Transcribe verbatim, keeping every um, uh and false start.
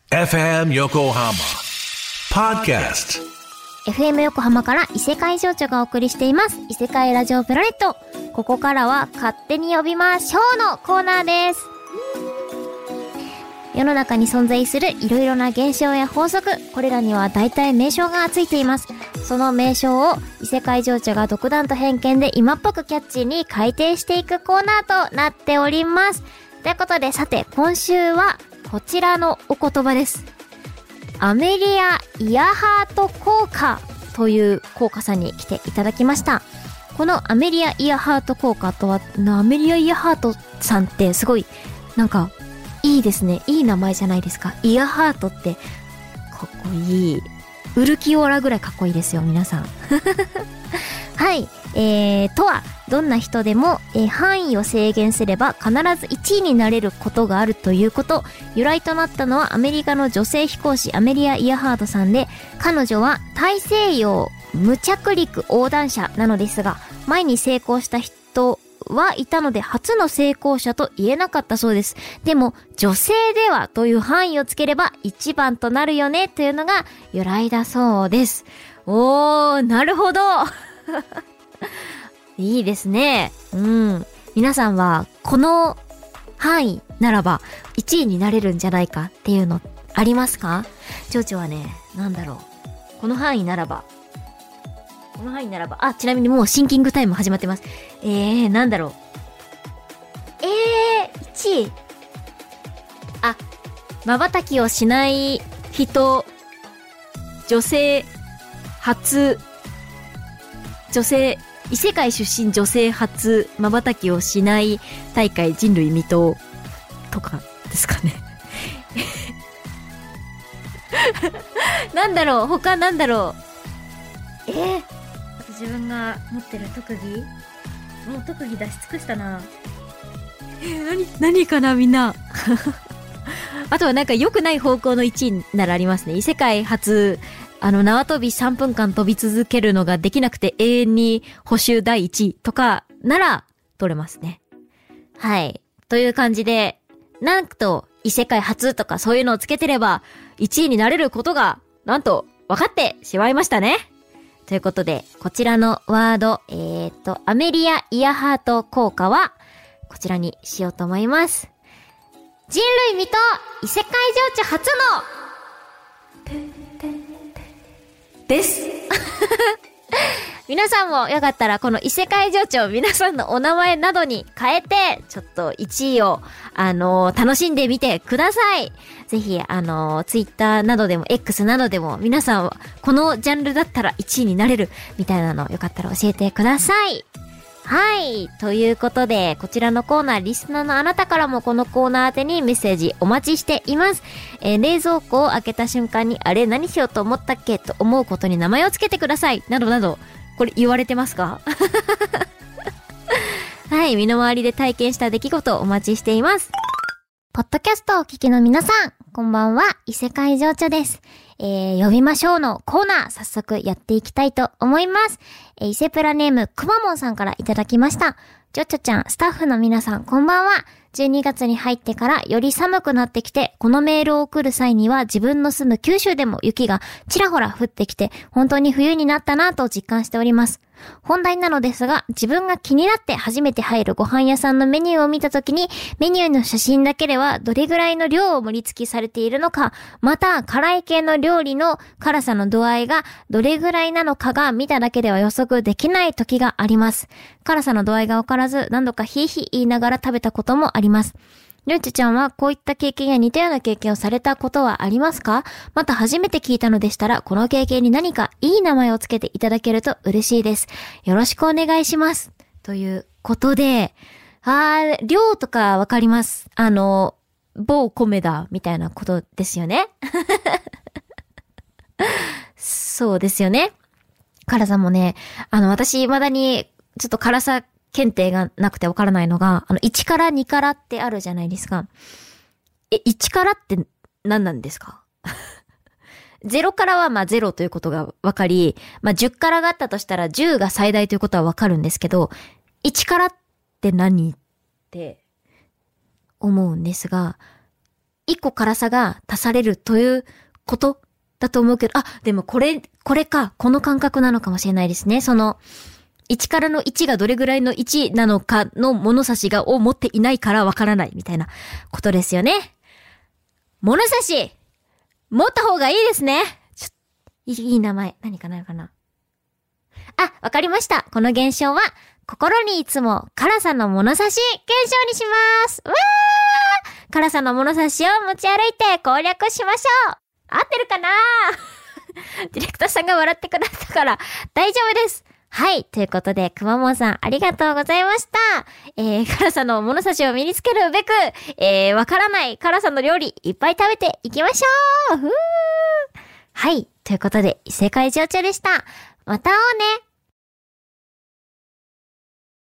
エフエム 横浜 Podcast。 エフエム 横浜から異世界情緒がお送りしています異世界ラジオプラネット。ここからは勝手に呼びましょうのコーナーです。世の中に存在するいろいろな現象や法則、これらには大体名称がついています。その名称を異世界情緒が独断と偏見で今っぽくキャッチーに改定していくコーナーとなっております。ということで、さて今週はこちらのお言葉です。アメリアイヤハート効果という効果さんに来ていただきました。このアメリアイヤハート効果とは、アメリアイヤハートさんってすごいなんかいいですね。いい名前じゃないですか。イヤハートってかっこいい。ウルキオラぐらいかっこいいですよ皆さん。はい、えー、とはどんな人でも、えー、範囲を制限すれば必ずいちいになれることがあるということ。由来となったのはアメリカの女性飛行士アメリア・イヤハートさんで、彼女は大西洋無着陸横断者なのですが、前に成功した人はいたので初の成功者と言えなかったそうです。でも女性ではという範囲をつければいちばんとなるよねというのが由来だそうです。おー、なるほど。いいですね。うん。皆さんはこの範囲ならばいちいになれるんじゃないかっていうのありますか？蝶々はね、なんだろう。この範囲ならばこの範囲ならば、あ、ちなみにもうシンキングタイム始まってます。えー、なんだろう。えー、いちい。あ、瞬きをしない人、女性、初、女性、異世界出身女性初、瞬きをしない大会人類未踏とかですかね。なんだろう、他なんだろう。えー、自分が持ってる特技、もう特技出し尽くしたな。えー、何何かなみんな。あとはなんか良くない方向のいちいならありますね。異世界初あの縄跳びさんぷんかん飛び続けるのができなくて永遠に補習だいいちいとかなら取れますね。はい、という感じで、なんと異世界初とかそういうのをつけてればいちいになれることがなんと分かってしまいましたね。ということで、こちらのワード、えーと、アメリアイヤハート効果は、こちらにしようと思います。人類未踏異世界情緒初のです。皆さんもよかったらこの異世界情緒を皆さんのお名前などに変えて、ちょっといちいを、あのー、楽しんでみてください。ぜひ、あのー、ツイッターなどでも X などでも皆さんはこのジャンルだったらいちいになれるみたいなのよかったら教えてください。はい。ということで、こちらのコーナー、リスナーのあなたからもこのコーナー宛てにメッセージお待ちしています。えー、冷蔵庫を開けた瞬間に、あれ何しようと思ったっけと思うことに名前をつけてください。などなど、これ言われてますか？はい。身の回りで体験した出来事をお待ちしています。ポッドキャストをお聞きの皆さん、こんばんは。異世界情緒です。えー、呼びましょうのコーナー、早速やっていきたいと思います。えー、伊勢プラネーム、くまモンさんからいただきました。ちょちょちゃん、スタッフの皆さん、こんばんは。じゅうにがつに入ってからより寒くなってきて、このメールを送る際には自分の住む九州でも雪がちらほら降ってきて、本当に冬になったなぁと実感しております。本題なのですが、自分が気になって初めて入るご飯屋さんのメニューを見たときに、メニューの写真だけではどれぐらいの量を盛り付けされているのか、また辛い系の料理の辛さの度合いがどれぐらいなのかが見ただけでは予測できない時があります。辛さの度合いがわからず、何度かヒーヒー言いながら食べたこともあります。りょうちちゃんはこういった経験や似たような経験をされたことはありますか？また初めて聞いたのでしたら、この経験に何かいい名前をつけていただけると嬉しいです。よろしくお願いします。ということで、あー、量とかわかります。あの、某米だみたいなことですよね。そうですよね。辛さもね、あの、私未だにちょっと辛さ検定がなくてわからないのが、あの、いちからにからってあるじゃないですか。え、いちからって何なんですか？ゼロからはまあゼロということがわかり、まあじゅっからがあったとしたらじゅうが最大ということはわかるんですけど、いちからって何って思うんですが、 一個辛さが足されるということだと思うけど、あ、でもこれ、これか、この感覚なのかもしれないですね。その、いちからのいちがどれぐらいのいちなのかの物差しがを持っていないからわからないみたいなことですよね。物差し持った方がいいですね。ちょいい、いい名前。何かなるかな。あ、わかりました。この現象は、心にいつも辛さの物差し現象にします。うわー！辛さの物差しを持ち歩いて攻略しましょう。合ってるかなディレクターさんが笑ってくださったから大丈夫です。はい。ということで、くまモンさんありがとうございました。えー、辛さの物差しを身につけるべく、えー、わからない辛さの料理いっぱい食べていきましょう。ふー。はい。ということで、異世界情緒でした。また会おうね。